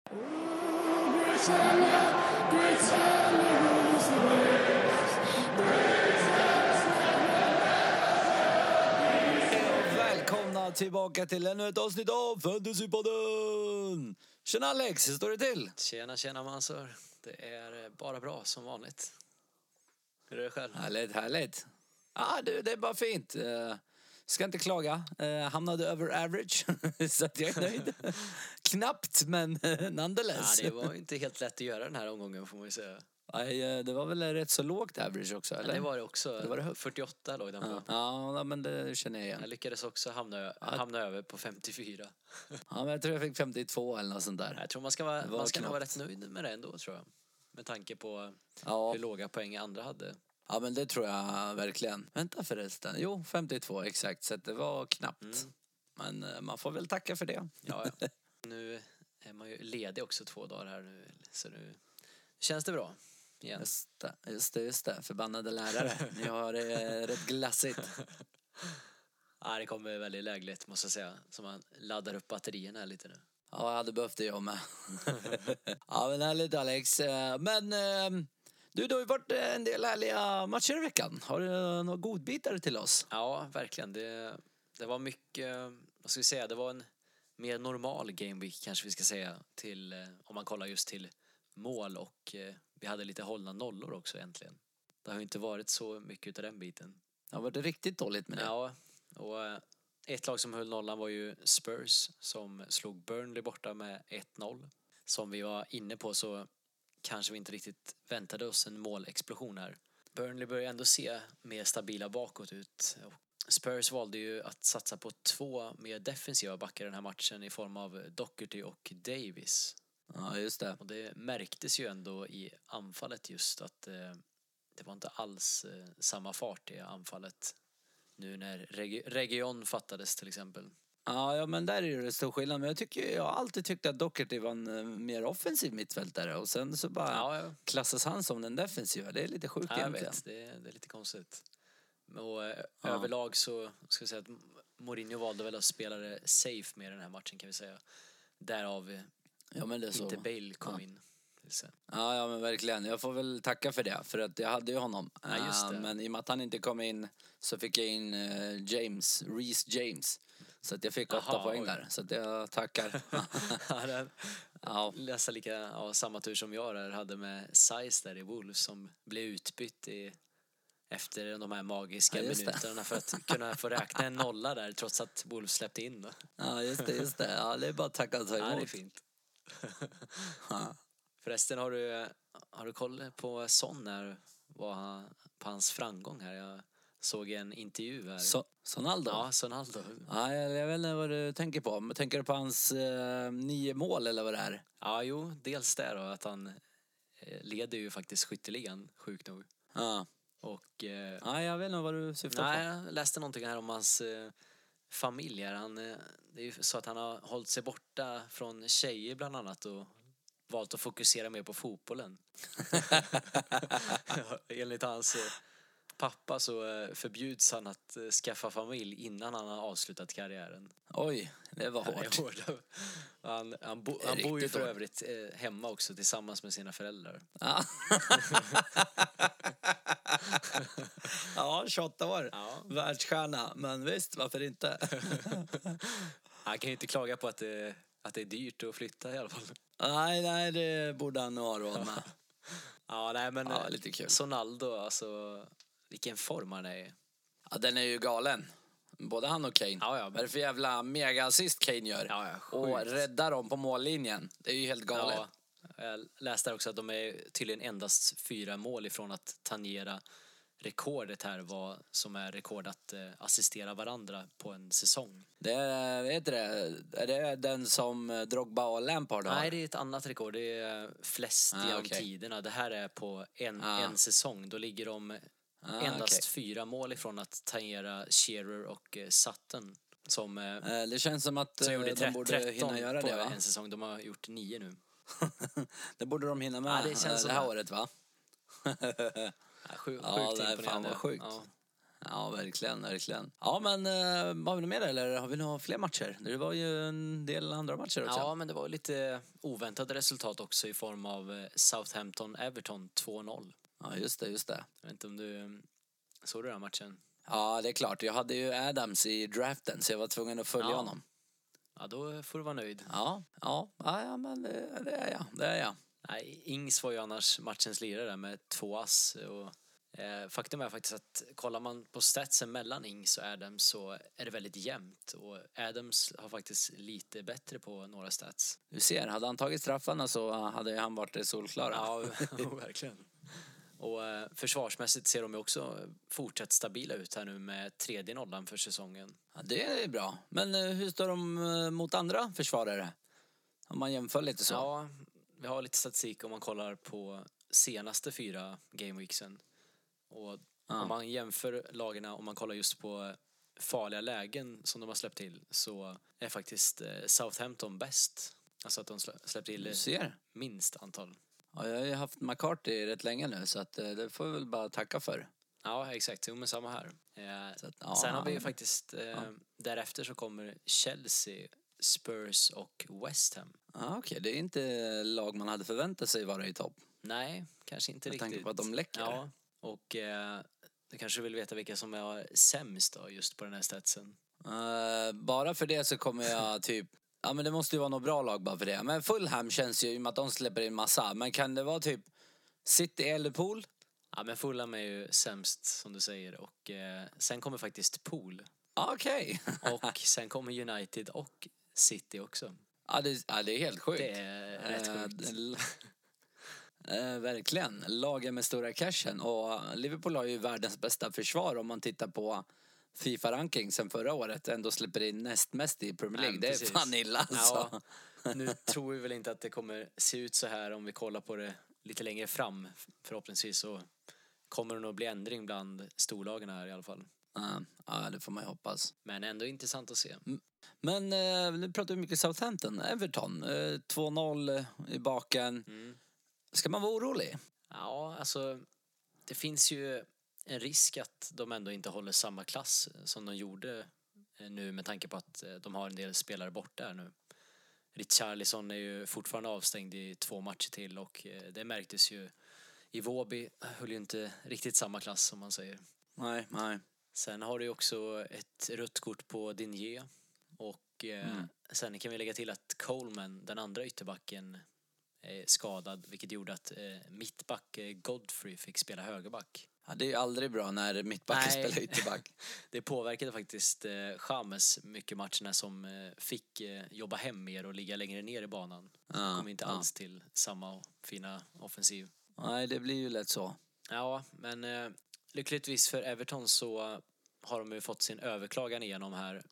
Välkomna tillbaka till ännu ett avsnitt av Fantasypodden. Tjena Alex, hur står det till? Tjena Mansur. Det är bara bra som vanligt. Hur är det själv? Härligt. Ja, det är bara fint. Ska inte klaga. Hamnade över average, så att jag är nöjd. Knappt, men nonetheless. Ja, det var inte helt lätt att göra den här omgången, får man ju säga. Nej, det var väl rätt så lågt average också, eller? Ja, det var det också. Det var det 48 låg den på. Ja, men det känner jag igen. Jag lyckades också hamna över på 54. Ja, men jag tror jag fick 52 eller något sånt där. Jag tror man ska nog vara rätt nöjd med det ändå, tror jag. Med tanke på hur låga poäng andra hade. Ja, men det tror jag verkligen. Vänta förresten. Jo, 52 exakt. Så det var knappt. Men man får väl tacka för det. Ja. Nu är man ju ledig också 2 dagar här nu. Så nu känns det bra igen. Just det. Förbannade lärare. Ni har det rätt glassigt. Ja, det kommer väldigt lägligt, måste jag säga. Så man laddar upp batterierna här lite nu. Ja, jag hade behövt det jag med. Ja, men härligt Alex. Men du har ju varit en del härliga matcher i veckan. Har du några godbitar till oss? Ja, verkligen. Det var mycket, vad ska vi säga, det var en mer normal game week kanske vi ska säga, till, om man kollar just till mål, och vi hade lite hållna nollor också egentligen. Det har ju inte varit så mycket av den biten. Det har varit riktigt dåligt med det. Ja, och ett lag som höll nollan var ju Spurs, som slog Burnley borta med 1-0. Som vi var inne på så kanske vi inte riktigt väntade oss en målexplosion här. Burnley börjar ändå se mer stabila bakåt ut. Spurs valde ju att satsa på 2 mer defensiva backar den här matchen i form av Doherty och Davis. Ja, just det. Och det märktes ju ändå i anfallet just att det var inte alls samma fart i anfallet nu när Region fattades till exempel. Ja, men där är det stor skillnad. Men jag har alltid tyckt att Doherty var en mer offensiv mittfältare. Och sen så bara klassas han som den defensiva. Det är lite sjukt egentligen. Jag vet, det är lite konstigt. Och överlag så ska jag säga att Mourinho valde väl att spela det safe med den här matchen, kan vi säga. Därav inte Bale kom in. Ja, men verkligen. Jag får väl tacka för det. För att jag hade ju honom. Ja, just det. Men i och med att han inte kom in så fick jag in Reece James. Så att jag fick 8 poäng där. Så att jag tackar. Läsa samma tur som jag där hade med Size där i Wolves, som blev utbytt efter de här magiska minuterna för att kunna få räkna en nolla där trots att Wolves släppte in. Ja, just det. Ja, det är bara att tacka och ta emot. Ja, det är fint. Förresten, har du koll på Son här? På hans framgång här? Jag såg en intervju här. Sonaldo? Ja, Sonaldo. Ja, jag vet inte vad du tänker på. Tänker du på hans 9 mål eller vad det är? Ja, jo, dels det då, att han leder ju faktiskt skytteligan, sjukt nog. Ja. Och jag vet inte vad du syftar på. Jag läste någonting här om hans familj här. Det är ju så att han har hållit sig borta från tjejer bland annat och valt att fokusera mer på fotbollen. Enligt hans pappa så förbjuds han att skaffa familj innan han har avslutat karriären. Oj, det var hårt. Han bor ju för övrigt hemma också tillsammans med sina föräldrar. Ja, ja 28 år. Ja. Världsstjärna, men visst, varför inte? Han kan ju inte klaga på att det är dyrt att flytta i alla fall. Nej, det borde han nog ha råd med. Lite kul. Sonaldo, alltså, vilken form han är i. Ja, den är ju galen. Både han och Kane. Ja. Vad är det för jävla mega-assist Kane gör? Ja, och räddar dem på mållinjen. Det är ju helt galet. Ja, jag läste också att de är tydligen endast 4 mål ifrån att tangera rekordet här, som är rekord att assistera varandra på en säsong. Det är det den som Drogba och Lampard har? Nej, det är ett annat rekord. Det är flest genom tiderna. Det här är på en säsong. Då ligger de endast 4 mål ifrån att tangera Shearer och Sutton. Som, det känns som att de borde hinna göra det, va? En säsong. De har gjort 9 nu. Det borde de hinna med det här året, va? Sjukt det är fan vad sjukt. Ja, verkligen, verkligen. Ja, men har vi något mer eller har vi några fler matcher? Det var ju en del andra matcher också. Ja, men det var lite oväntade resultat också i form av Southampton-Everton 2-0. Ja, just det. Jag vet inte om du såg den här matchen? Ja, det är klart. Jag hade ju Adams i draften så jag var tvungen att följa honom. Ja, då får du vara nöjd. Ja, men det är jag. Nej, Ings var ju annars matchens lirare med 2 ass. Och, faktum är faktiskt att kollar man på statsen mellan Ings och Adams så är det väldigt jämnt. Och Adams har faktiskt lite bättre på några stats. Du ser, hade han tagit straffarna så hade han varit solklara. Ja, verkligen. Och försvarsmässigt ser de ju också fortsatt stabila ut här nu med 3:e nollan för säsongen. Ja, det är bra. Men hur står de mot andra försvarare? Om man jämför lite så. Ja, vi har lite statistik om man kollar på senaste 4 gameweeksen. Och om man jämför lagarna, om man kollar just på farliga lägen som de har släppt till, så är faktiskt Southampton bäst. Alltså att de släppt till minst antal. Ja, jag har ju haft McCarthy rätt länge nu så att det får vi väl bara tacka för. Ja, exakt. Jo, men samma här. Sen har vi ju faktiskt, därefter så kommer Chelsea, Spurs och West Ham. Ja, okej. Det är inte lag man hade förväntat sig vara i topp. Nej, kanske inte riktigt. Jag tänker på att de läcker. Ja, och du kanske vill veta vilka som är sämst då, just på den här statsen. Bara för det så kommer jag typ... Ja, men det måste ju vara något bra lag bara för det. Men Fulham känns ju i och med att de släpper in massa. Men kan det vara typ City eller Pool? Ja, men Fulham är ju sämst som du säger. Och sen kommer faktiskt Pool. Okej. Och sen kommer United och City också. Ja, det är helt sjukt. Det är rätt sjukt. Verkligen. Lagen med stora cashen. Och Liverpool har ju världens bästa försvar om man tittar på FIFA-ranking sen förra året. Ändå släpper in näst mest i Premier League. Det är fan illa alltså. Ja, nu tror vi väl inte att det kommer se ut så här om vi kollar på det lite längre fram. Förhoppningsvis så kommer det nog bli ändring bland storlagen här i alla fall. Ja, det får man ju hoppas. Men ändå intressant att se. Men nu pratar vi mycket Southampton. Everton, 2-0 i baken. Ska man vara orolig? Ja, alltså det finns ju en risk att de ändå inte håller samma klass som de gjorde nu med tanke på att de har en del spelare borta här nu. Richarlison är ju fortfarande avstängd i 2 matcher till och det märktes ju i Våby höll ju inte riktigt samma klass som man säger. Nej. Sen har du ju också ett rött kort på Digne och sen kan vi lägga till att Coleman, den andra ytterbacken, är skadad, vilket gjorde att mittback Godfrey fick spela högerback. Ja, det är ju aldrig bra när mittbacken spelar ytterback. Det påverkade faktiskt James mycket matcherna som fick jobba hem mer och ligga längre ner i banan. Kom inte alls till samma fina offensiv. Nej, det blir ju lätt så. Ja, men lyckligtvis för Everton så har de ju fått sin överklagan igenom här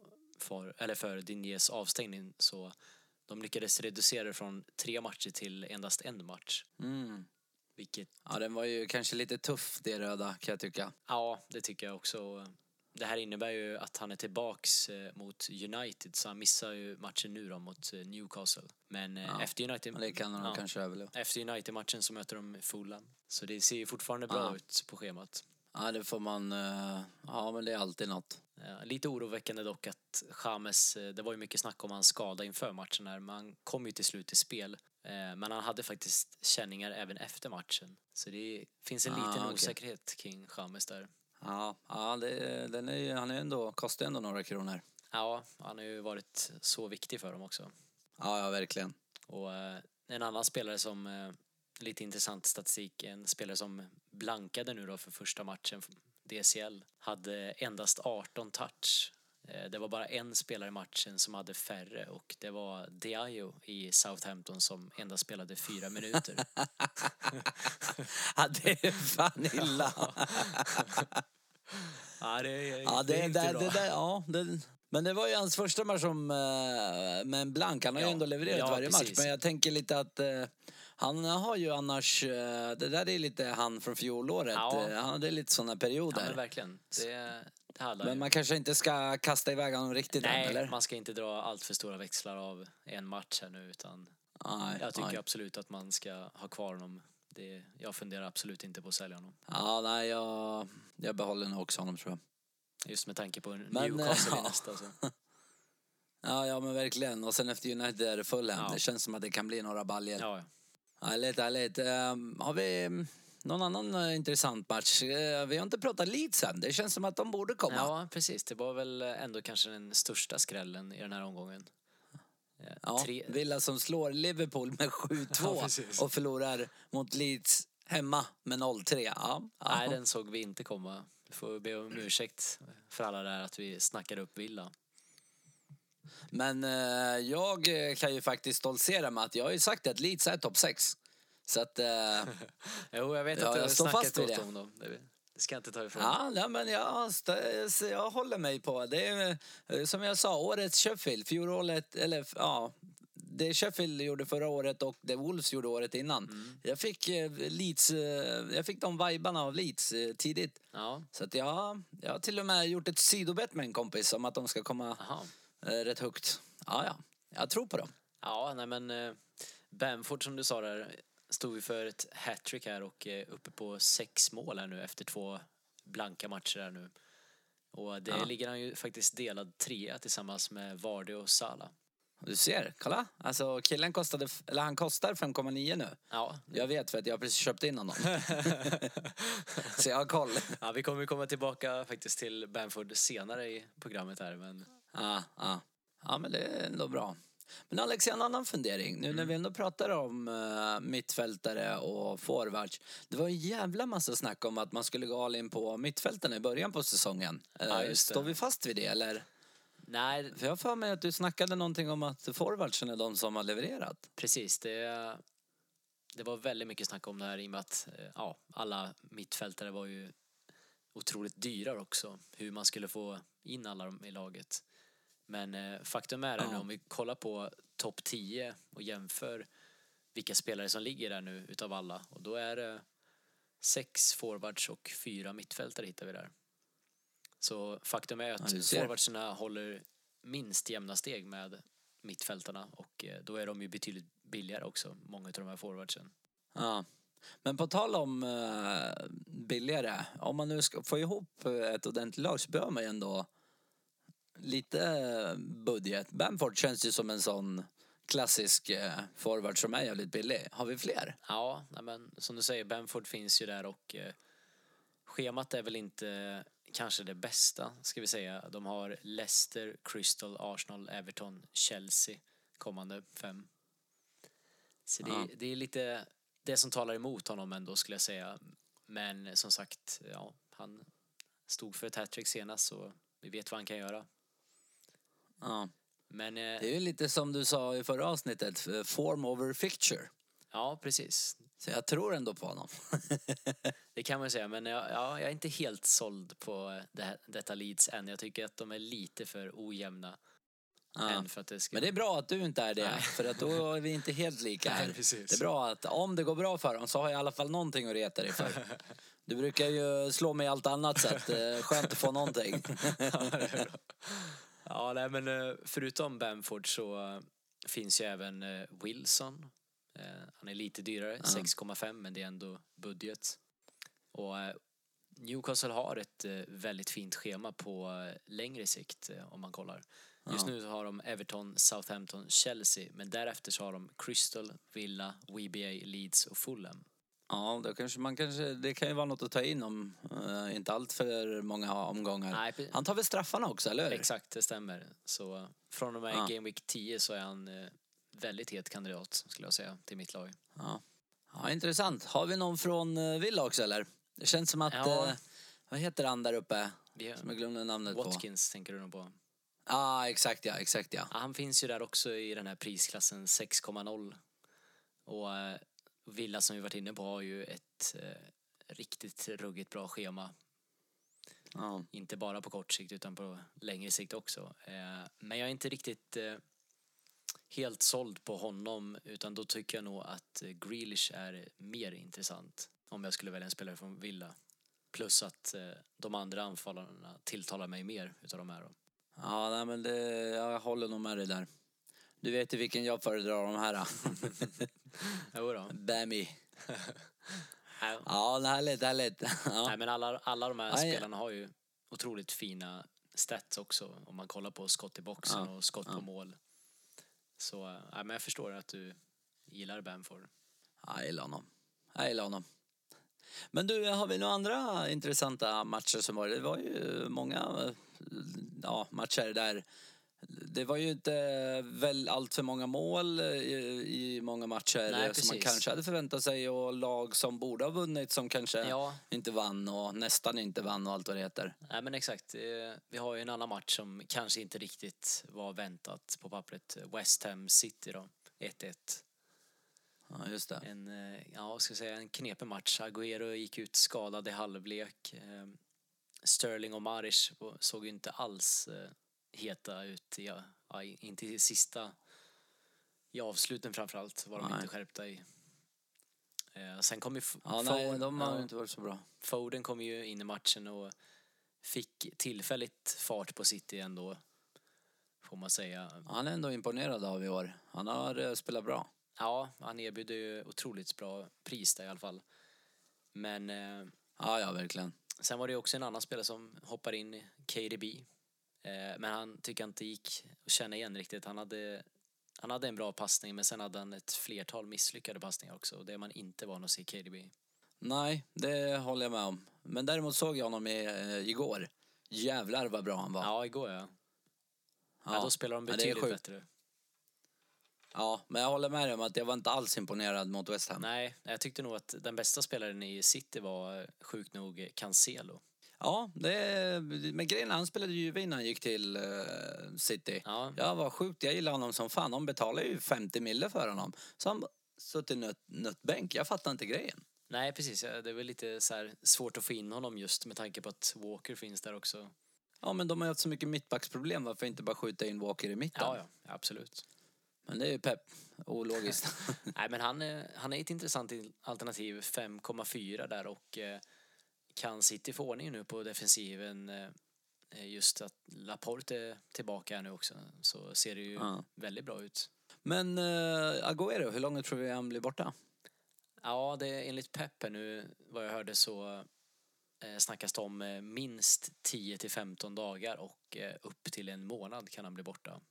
för Dignes avstängning, så de lyckades reducera det från 3 matcher till endast 1 match. Vilket... Ja, den var ju kanske lite tuff, det röda, kan jag tycka. Ja, det tycker jag också. Det här innebär ju att han är tillbaks mot United, så han missar ju matchen nu då mot Newcastle. Men efter United... Det kan han kanske överleva. Efter United-matchen så möter de Fulham. Så det ser ju fortfarande bra ut på schemat. Ja, det får man... Ja, men det är alltid något. Lite oroväckande dock att James, det var ju mycket snack om hans skada inför matchen här, men han kom ju till slut i spel. Men han hade faktiskt känningar även efter matchen. Så det finns en liten osäkerhet kring James där. Ja, han är ändå, kostar ändå några kronor. Ja, han har ju varit så viktig för dem också. Ja, verkligen. Och en annan spelare som, lite intressant statistik, en spelare som blankade nu då för första matchen, DCL, hade endast 18 touch. Det var bara en spelare i matchen som hade färre och det var Diallo i Southampton som endast spelade 4 minuter. Ja, det är fan illa. Ja, det är inte bra. Men det var ju hans första match med en blank. Han har ju ändå levererat varje match. Men jag tänker lite att han har ju annars... det där är lite han från fjolåret. Han hade lite sådana perioder. Ja, men verkligen. Men man kanske inte ska kasta iväg honom riktigt än, eller? Nej, man ska inte dra allt för stora växlar av en match här nu, utan jag tycker absolut att man ska ha kvar honom Jag funderar absolut inte på att sälja honom. Ja, nej, jag behåller nog också honom, tror jag. Just med tanke på Newcastle i nästa. Så. Ja, men verkligen. Och sen efter United är det Fulham. Ja. Det känns som att det kan bli några baljer. Ja. Härligt. Har vi någon annan intressant match? Vi har inte pratat Leeds än. Det känns som att de borde komma. Ja, precis. Det var väl ändå kanske den största skrällen i den här omgången. Ja, Villa som slår Liverpool med 7-2 och förlorar mot Leeds hemma med 0-3. Ja. Nej, den såg vi inte komma. Vi får be om ursäkt för alla där att vi snackade upp Villa. Men jag kan ju faktiskt stoltsera med att jag har ju sagt att Leeds är topp 6. Så att... jo, jag vet att du har snackat om dem. Det ska jag inte ta ifrån. Ja, men jag håller mig på. Det är som jag sa, årets Sheffield. Fjolåret, eller ja... Det Sheffield gjorde förra året och det Wolves gjorde året innan. Jag fick de vibarna av Leeds tidigt. Ja. Så att jag har till och med gjort ett sidobett med en kompis om att de ska komma rätt högt. Ja. Jag tror på dem. Ja, nej men Bamford som du sa där stod vi för ett hattrick här och uppe på 6 mål här nu efter 2 blanka matcher här nu. Och det ligger han ju faktiskt delad 3 tillsammans med Vardy och Salah. Du ser, kolla. Alltså killen han kostar 5,9 nu. Ja. Jag vet för att jag har precis köpt in honom. Så jag har koll. Ja, vi kommer komma tillbaka faktiskt till Bamford senare i programmet här. Men... Ja, men det är ändå bra. Men Alex, en annan fundering. Nu när vi ändå pratar om mittfältare och forwards. Det var en jävla massa snack om att man skulle gå all in på mittfältarna i början på säsongen. Står vi fast vid det, eller? Nej. För jag för mig att du snackade någonting om att forwardsen är de som har levererat. Precis, det var väldigt mycket snack om det här i och med att alla mittfältare var ju otroligt dyra också. Hur man skulle få in alla dem i laget. Men faktum är att om vi kollar på topp 10 och jämför vilka spelare som ligger där nu utav alla. Och då är det 6 forwards och 4 mittfältare hittar vi där. Så faktum är att forwardsarna håller minst jämna steg med mittfältarna och då är de ju betydligt billigare också, många av de här forwardsen. Ja, men på tal om billigare, om man nu ska få ihop ett ordentligt lag så behöver man ju ändå lite budget. Bamford känns ju som en sån klassisk forward som är jävligt billig. Har vi fler? Ja, men som du säger, Bamford finns ju där och schemat är väl inte kanske det bästa, ska vi säga. De har Leicester, Crystal, Arsenal, Everton, Chelsea kommande 5. Så det är lite det som talar emot honom ändå, skulle jag säga. Men som sagt, han stod för ett hattrick senast så vi vet vad han kan göra. Ja. Men det är ju lite som du sa i förra avsnittet, form over fixture. Ja, precis. Så jag tror ändå på honom. Det kan man säga, men jag är inte helt såld på detta Leeds än. Jag tycker att de är lite för ojämna. Än för att det ska... Men det är bra att du inte är det. Nej. För att då är vi inte helt lika här. Nej, det är bra att om det går bra för dem så har jag i alla fall någonting att reta dig för. Du brukar ju slå mig i allt annat sätt. Skönt att få någonting. Ja, nej, men förutom Bamford så finns ju även Wilson. Han är lite dyrare, 6,5, men det är ändå budget. Och Newcastle har ett väldigt fint schema på längre sikt om man kollar. Just nu har de Everton, Southampton, Chelsea, men därefter så har de Crystal, Villa, WBA, Leeds och Fulham. Ja, då kanske det kan ju vara något att ta in om inte allt för många omgångar. Nej, han tar väl straffarna också, eller hur? Exakt, det stämmer. Så från och med Game Week 10 så är han väldigt het kandidat, skulle jag säga, till mitt lag. Ja, intressant. Har vi någon från Villa också, eller? Det känns som att... vad heter han där uppe? Som jag glömde namnet på. Watkins tänker du nog på. Exakt ja. Han finns ju där också i den här prisklassen 6,0. Och Villa som vi varit inne på har ju ett riktigt ruggigt bra schema. Inte bara på kort sikt utan på längre sikt också. Men jag är inte riktigt helt såld på honom, utan då tycker jag nog att Grealish är mer intressant om jag skulle välja en spelare från Villa. Plus att de andra anfallarna tilltalar mig mer utav de här. Ja, nej, men jag håller nog med dig där. Du vet ju vilken jag föredrar de här. Jo då. Bammy. Ja, härligt. Ja. Nej, men alla de här spelarna har ju otroligt fina stats också. Om man kollar på skott i boxen och skott på mål. Så men jag förstår att du gillar Bamford. Ja, jag gillar honom. Men du, har vi några andra intressanta matcher som var? Det var ju många matcher där. Det var ju inte väl allt för många mål i många matcher som man kanske hade förväntat sig, och lag som borde ha vunnit som kanske inte vann och nästan inte vann och allt vad det heter. Nej, men exakt. Vi har ju en annan match som kanske inte riktigt var väntat på pappret. West Ham City då, 1-1. Ja, just det. En knepig match. Agüero gick ut skadad i halvlek. Sterling och Mahrez såg ju inte alls heta ut. Inte i sista. I avsluten framförallt var de inte skärpta i. Sen kom ju de har inte varit så bra. Foden kom ju in i matchen och fick tillfälligt fart på City ändå, får man säga. Han är ändå imponerad av i år. Han har spelat bra. Ja, han erbjuder ju otroligt bra pris där i alla fall. Men ja, verkligen. Sen var det också en annan spelare som hoppar in, KDB. Men han tycker inte gick att känna igen riktigt. Han hade en bra passning, men sen hade han ett flertal misslyckade passningar också. Och det är man inte van att se KDB. Nej, det håller jag med om. Men däremot såg jag honom igår. Jävlar vad bra han var. Ja, igår ja. Då spelar de betydligt bättre. Ja, men jag håller med dig om att jag var inte alls imponerad mot West Ham. Nej, jag tyckte nog att den bästa spelaren i City var sjukt nog Cancelo. Ja, men grejen, han spelade ju innan han gick till City. Ja. Jag var sjukt, jag gillar honom som fan. De betalar ju 50 mille för honom. Så han satt i nötbänk, jag fattar inte grejen. Nej, precis. Det är väl lite så här svårt att få in honom just med tanke på att Walker finns där också. Ja, men de har haft så mycket mittbacksproblem. Varför inte bara skjuta in Walker i mitten? Ja, absolut. Men det är ju pepp. Ologiskt. Nej, men han är ett intressant alternativ. 5,4 där, och kan City få ordning nu på defensiven. Just att Laporte är tillbaka här nu också, så ser det ju väldigt bra ut. Men Agüero, hur långt tror vi han blir borta? Ja, det är enligt Pep nu, vad jag hörde, så snackas det om minst 10-15 dagar och upp till en månad kan han bli borta.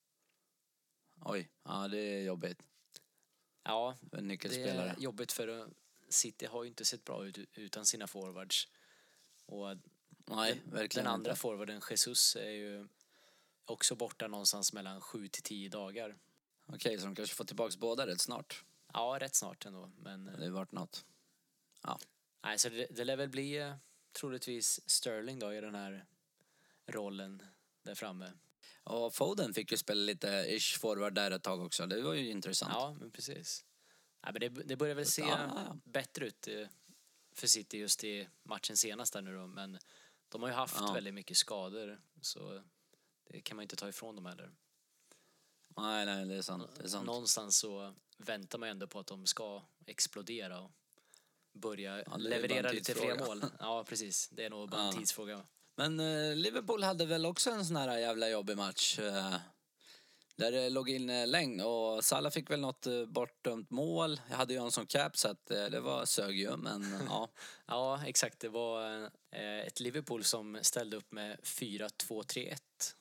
Oj, ja, det är jobbigt. Ja, en nyckelspelare. Det är jobbigt, för City har ju inte sett bra ut utan sina forwards. Och nej, verkligen den andra inte. forwarden, Jesus, är ju också borta någonstans mellan 7-10 dagar. Okej, så de kanske får tillbaka båda rätt snart. Ja, rätt snart ändå. Men det har varit något. Ja. Nej, så det lär väl bli troligtvis Sterling då i den här rollen där framme. Och Foden fick ju spela lite ish forward där ett tag också. Det var ju intressant. Ja, men precis. Ja, men det börjar väl se bättre ut för City just i matchen senast där nu då. Men de har ju haft väldigt mycket skador, så det kan man inte ta ifrån dem heller. Nej, det är sant. Någonstans så väntar man ändå på att de ska explodera och börja leverera lite fler mål. Ja, precis. Det är nog bara en tidsfråga. Men Liverpool hade väl också en sån här jävla jobbig match där det låg in längd, och Salah fick väl något bortdömt mål. Jag hade ju en som cap, så att det var sög ju, men ja. Ja, exakt. Det var ett Liverpool som ställde upp med 4-2-3-1.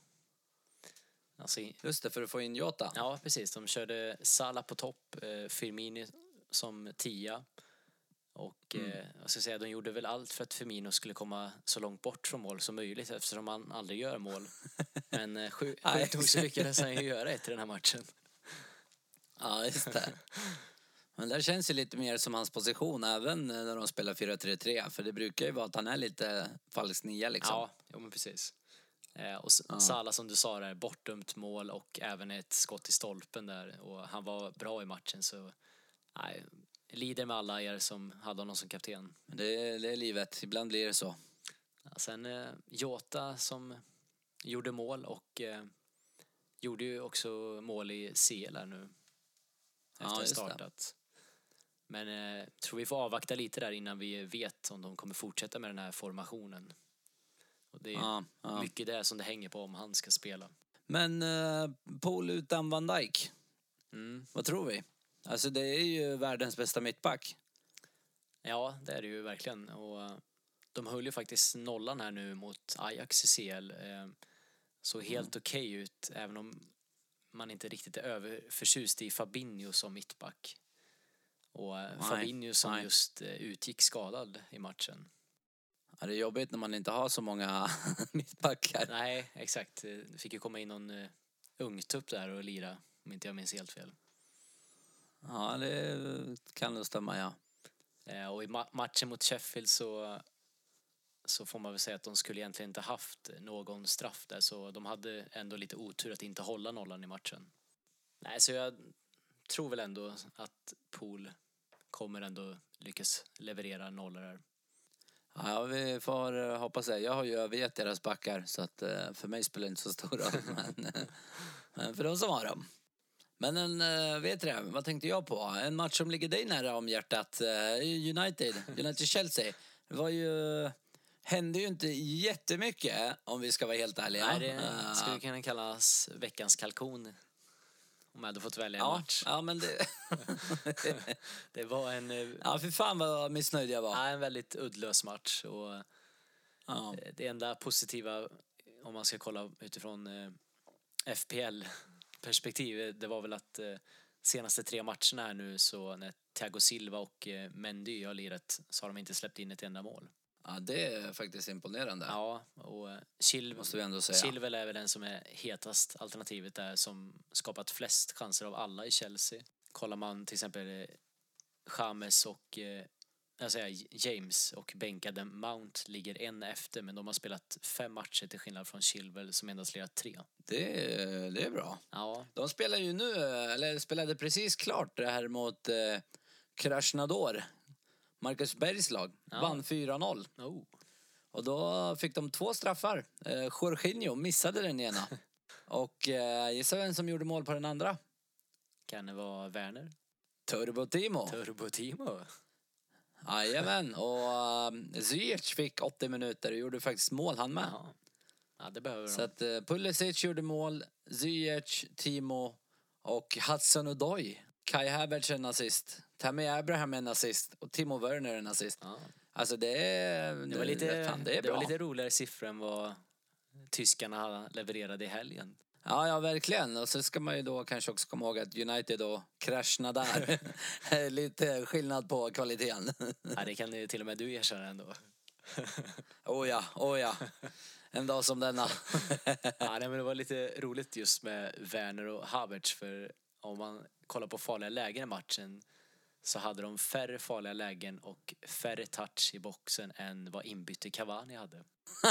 Alltså, just det, för att få in Jota. Ja, precis. De körde Salah på topp, Firmino som 10. Och jag ska säga, de gjorde väl allt för att Firmino skulle komma så långt bort från mål som möjligt, eftersom han aldrig gör mål. Men sjukt nog så lyckades han ju göra ett i den här matchen. Ja, just det. Men det känns ju lite mer som hans position även när de spelar 4-3-3. För det brukar ju vara att han är lite falsk nia liksom. Ja, men precis. Och Salah, som du sa där, bortdömt mål och även ett skott i stolpen där. Och han var bra i matchen, så nej, lider med alla er som hade honom som kapten. Det är livet, ibland blir det så. Ja, sen Jota som gjorde mål och gjorde ju också mål i CL här nu efter att startat. Men tror vi får avvakta lite där innan vi vet om de kommer fortsätta med den här formationen. Och det är mycket det som det hänger på om han ska spela. Men Paul utan Van Dijk, vad tror vi? Alltså det är ju världens bästa mittback. Ja, det är det ju verkligen. Och de höll ju faktiskt nollan här nu mot Ajax i CL. Så helt okej ut, även om man inte riktigt är överförtjust i Fabinho som mittback. Och Fabinho som just utgick skadad i matchen. Ja, det är jobbigt när man inte har så många mittbackar. Nej, exakt. Det fick ju komma in någon ungtupp där och lira, om inte jag minns helt fel. Ja, det kan nog stämma, ja. Och i matchen mot Sheffield så får man väl säga att de skulle egentligen inte haft någon straff där. Så de hade ändå lite otur att inte hålla nollan i matchen. Nej, så jag tror väl ändå att Pool kommer ändå lyckas leverera nollor här. Ja, vi får hoppas det. Jag har ju övergett deras backar, så att för mig spelar det inte så stor roll. Men för de som har dem. Men vet du, vad tänkte jag på? En match som ligger dig nära om hjärtat. United-Chelsea. Det var ju... Hände ju inte jättemycket, om vi ska vara helt ärliga. Nej, det skulle kunna kallas veckans kalkon. Om jag hade fått välja en match. Ja, men det... det var en... Ja, för fan vad missnöjd jag var. Ja, en väldigt uddlös match. Och det enda positiva, om man ska kolla utifrån FPL-perspektiv, det var väl att senaste 3 matcherna här nu, så när Thiago Silva och Mendy har lirat, så har de inte släppt in ett enda mål. Ja, det är faktiskt imponerande. Ja, och måste vi ändå säga. Chilwell är väl den som är hetast alternativet där, som skapat flest chanser av alla i Chelsea. Kollar man till exempel James och James och bänkade Mount ligger en efter, men de har spelat 5 matcher till skillnad från Chilwell som endast lirat 3. Det är bra. Ja. De spelar ju nu, eller spelade precis klart det här mot Krasnodar. Marcus Bergs lag vann 4-0. Oh. Och då fick de 2 straffar. Jorginho missade den ena. Och gissa vem som gjorde mål på den andra? Kan det vara Werner? Turbo Timo. Jajamän. Och Ziyech fick 80 minuter och gjorde faktiskt mål han med. Jaha. Ja, det behöver de. Så att Pulisic gjorde mål, Ziyech, Timo och Hudson-Odoi. Kai Havertz en assist, Tammy Abraham en assist och Timo Werner en assist. Ja. Alltså det var lite, det är bra. Det var lite roligare siffror än vad tyskarna levererade i helgen. Ja, verkligen. Och så ska man ju då kanske också komma ihåg att United då kraschade där. Lite skillnad på kvaliteten. Ja, det kan ju till och med du erkänna ändå. Oh ja. En dag som denna. Ja, men det var lite roligt just med Werner och Havertz, för om man kollar på farliga lägen i matchen så hade de färre farliga lägen och färre touch i boxen än vad inbytte Cavani hade.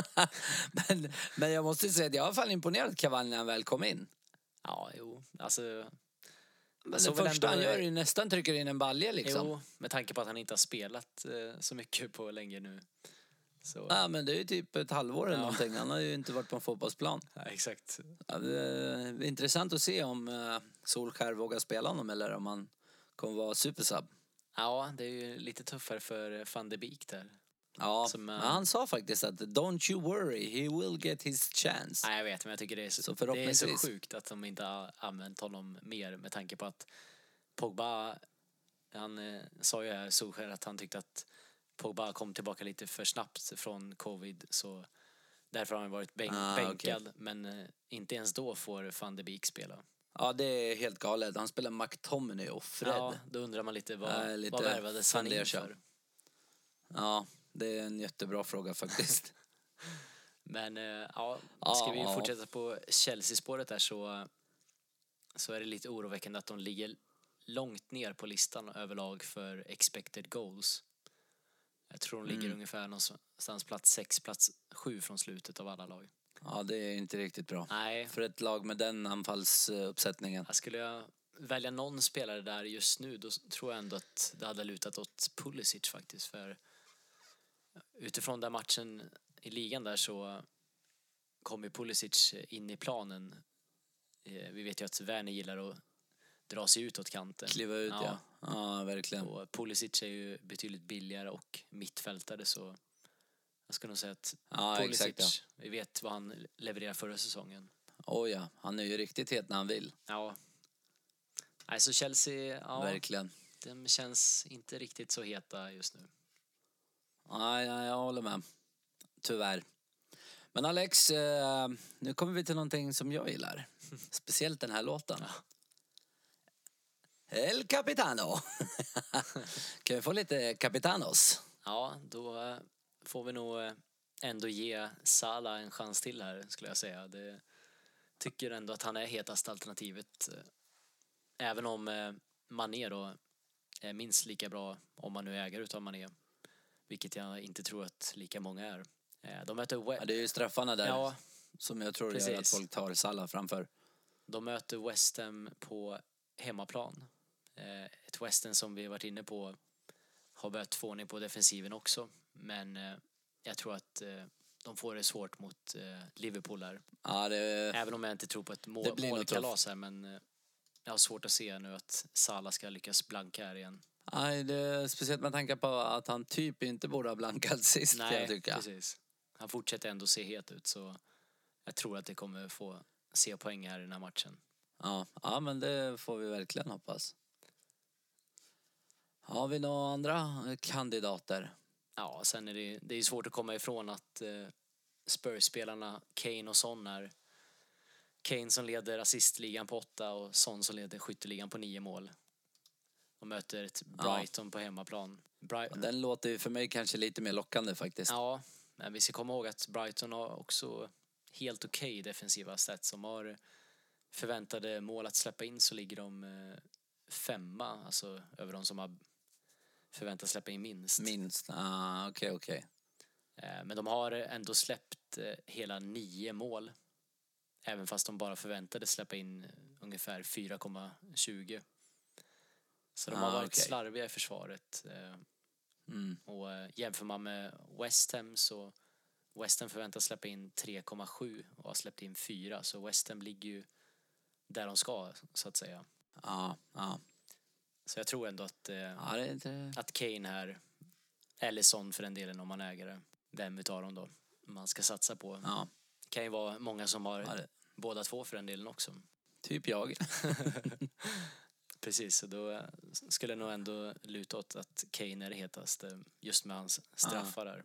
men jag måste säga att jag var fan imponerad Cavani när han väl kom in. Ja, jo, alltså... Men det första han gör är ju nästan trycker in en balja liksom. Jo, med tanke på att han inte har spelat så mycket på länge nu. Så. Ja, men det är ju typ ett halvår eller någonting. Han har ju inte varit på en fotbollsplan. Ja, exakt. Ja, det är intressant att se om Solskär vågar spela honom eller om han kommer vara supersub. Ja, det är ju lite tuffare för Van de Beek där. Ja, men han sa faktiskt att don't you worry, he will get his chance. Nej, jag vet, men jag tycker det är så sjukt att de inte har använt honom mer, med tanke på att Pogba, han sa ju här Solskär att han tyckte att Pogba kom tillbaka lite för snabbt från covid, så därför har han varit bänkad. Okay. Men inte ens då får Van de Beek spela. Ja, det är helt galet. Han spelar McTominay och Fred. Ja, då undrar man lite vad värvades han in för? Ja, det är en jättebra fråga faktiskt. Men ska vi fortsätta på Chelsea-spåret där, så är det lite oroväckande att de ligger långt ner på listan överlag för expected goals. Jag tror de ligger ungefär någonstans plats 6, plats 7 från slutet av alla lag. Ja, det är inte riktigt bra. Nej. För ett lag med den anfallsuppsättningen. Skulle jag välja någon spelare där just nu, då tror jag ändå att det hade lutat åt Pulisic faktiskt. För utifrån den matchen i ligan där så kom ju Pulisic in i planen. Vi vet ju att Werner gillar att dra sig utåt kanten. Kliva ut, ja, verkligen. Och Pulisic är ju betydligt billigare och mittfältare, så jag skulle nog säga att Pulisic, exakt, vi vet vad han levererar förra säsongen. Han är ju riktigt het när han vill. Ja. Nej, så Chelsea, verkligen. De känns inte riktigt så heta just nu. Nej, jag håller med. Tyvärr. Men Alex, nu kommer vi till någonting som jag gillar. Speciellt den här låten. Ja. El Capitano. Kan vi få lite Capitanos? Ja, då får vi nog ändå ge Salah en chans till här, skulle jag säga. Det tycker ändå att han är hetast alternativet. Även om Mané då är minst lika bra, om man nu är ägare utav Mané. Vilket jag inte tror att lika många är. De möter det är ju straffarna där som jag tror gör att folk tar Salah framför. De möter West Ham på hemmaplan. Ett West Ham som vi varit inne på har börjat få ner på defensiven också. Men jag tror att de får det svårt mot Liverpool där. Ja, även om jag inte tror på ett målkalas här, men jag har svårt att se nu att Salah ska lyckas blanka här igen. Nej, det är speciellt med tanke på att han typ inte borde ha blankat sist. Nej, jag tycker. Precis. Han fortsätter ändå se het ut, så jag tror att det kommer få se poäng här i den här matchen. Ja, men det får vi verkligen hoppas. Har vi några andra kandidater? Ja, sen är det är svårt att komma ifrån att Spurs-spelarna Kane och Son är Kane som leder assistligan på 8 och Son som leder skytteligan på 9 mål. De möter ett Brighton på hemmaplan. Den låter ju för mig kanske lite mer lockande faktiskt. Ja, men vi ska komma ihåg att Brighton har också helt okej defensiva stats. Som har förväntade mål att släppa in, så ligger de 5, alltså över de som har förväntat släppa in minst. Okej. Men de har ändå släppt hela 9 mål. Även fast de bara förväntade släppa in ungefär 4,20. Så de har varit slarviga i försvaret. Och jämför man med West Ham, så West Ham förväntas släppa in 3,7 och har släppt in 4. Så West Ham ligger ju där de ska, så att säga. Ja. Så jag tror ändå att Kane här, eller Son för den delen om man äger det, vem utav dem då man ska satsa på. Ja. Det kan ju vara många som har båda två för den delen också. Typ jag. Precis, så då skulle jag nog ändå luta åt att Kane är det hetaste, just med hans straffar där.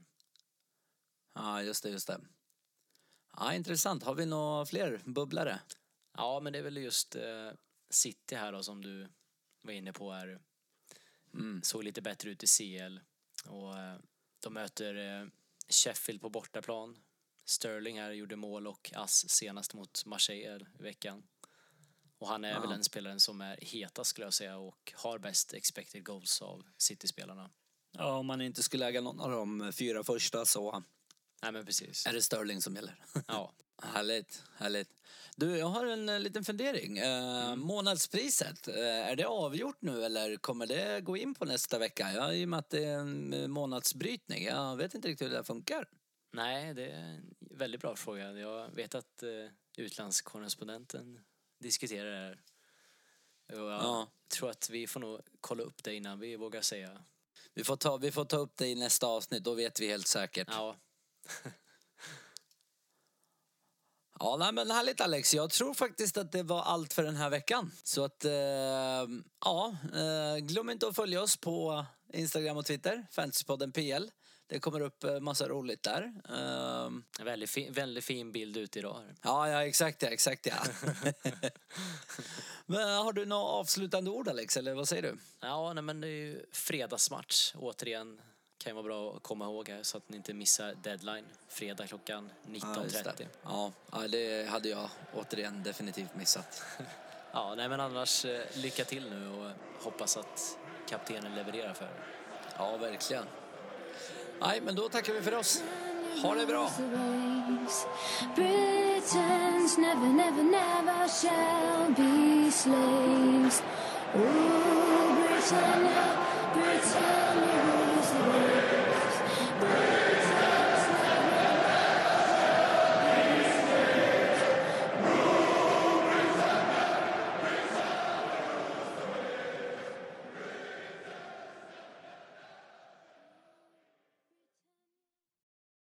Ja, just det. Ja, intressant. Har vi några fler bubblare? Ja, men det är väl just City här då, som du var inne på här. Såg lite bättre ut i CL. Och de möter Sheffield på bortaplan. Sterling här gjorde mål och ass senast mot Marseille i veckan. Och han är väl den spelaren som är hetast, skulle jag säga, och har bäst expected goals av City-spelarna. Ja, om man inte skulle äga någon av de 4 första så... Nej, men precis. Är det Sterling som gäller? Ja. Härligt. Du, jag har en liten fundering. Månadspriset, är det avgjort nu eller kommer det gå in på nästa vecka? Ja, i och med att det är en månadsbrytning. Jag vet inte riktigt hur det funkar. Nej, det är en väldigt bra fråga. Jag vet att utlandskorrespondenten diskuterar det här. Och jag tror att vi får nog kolla upp det innan vi vågar säga. Vi får ta upp det i nästa avsnitt, då vet vi helt säkert. Ja. Ja, nej, men härligt Alex. Jag tror faktiskt att det var allt för den här veckan. Så att, glöm inte att följa oss på Instagram och Twitter, Fantasypodden PL. Det kommer upp massa roligt där. En väldigt fin bild ut idag. Ja, exakt. Men har du några avslutande ord Alex, eller vad säger du? Ja, nej, men det är ju fredagsmatch. Återigen kan ju vara bra att komma ihåg här, så att ni inte missar deadline. Fredag klockan 19:30. Ja, det hade jag återigen definitivt missat. Ja, nej, men annars lycka till nu och hoppas att kaptenen levererar för er. Ja, verkligen. Nej, men då tackar vi för oss. Ha det bra. Britons never shall be slaves. Oh, Britannia, Britannia.